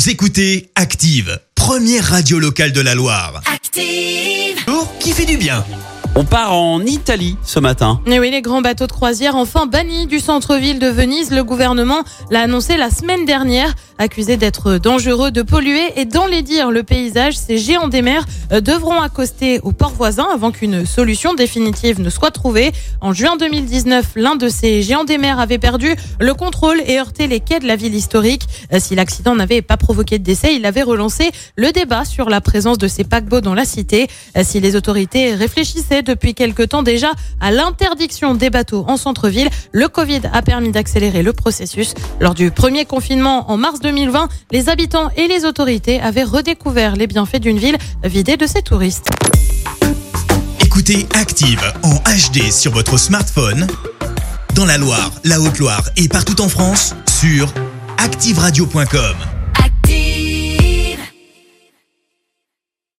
Vous écoutez Active, première radio locale de la Loire. Active! Qui fait du bien. On part en Italie ce matin. Et oui, les grands bateaux de croisière enfin bannis du centre-ville de Venise. Le gouvernement l'a annoncé la semaine dernière. Accusés d'être dangereux, de polluer et d'enlaidir le paysage, ces géants des mers devront accoster au port voisin avant qu'une solution définitive ne soit trouvée. En juin 2019, l'un de ces géants des mers avait perdu le contrôle et heurté les quais de la ville historique. Si l'accident n'avait pas provoqué de décès, il avait relancé le débat sur la présence de ces paquebots dans la cité. Si les autorités réfléchissaient depuis quelque temps déjà à l'interdiction des bateaux en centre-ville, le Covid a permis d'accélérer le processus. Lors du premier confinement en mars 2020, les habitants et les autorités avaient redécouvert les bienfaits d'une ville vidée de ses touristes. Écoutez Active en HD sur votre smartphone, dans la Loire, la Haute-Loire et partout en France, sur activeradio.com.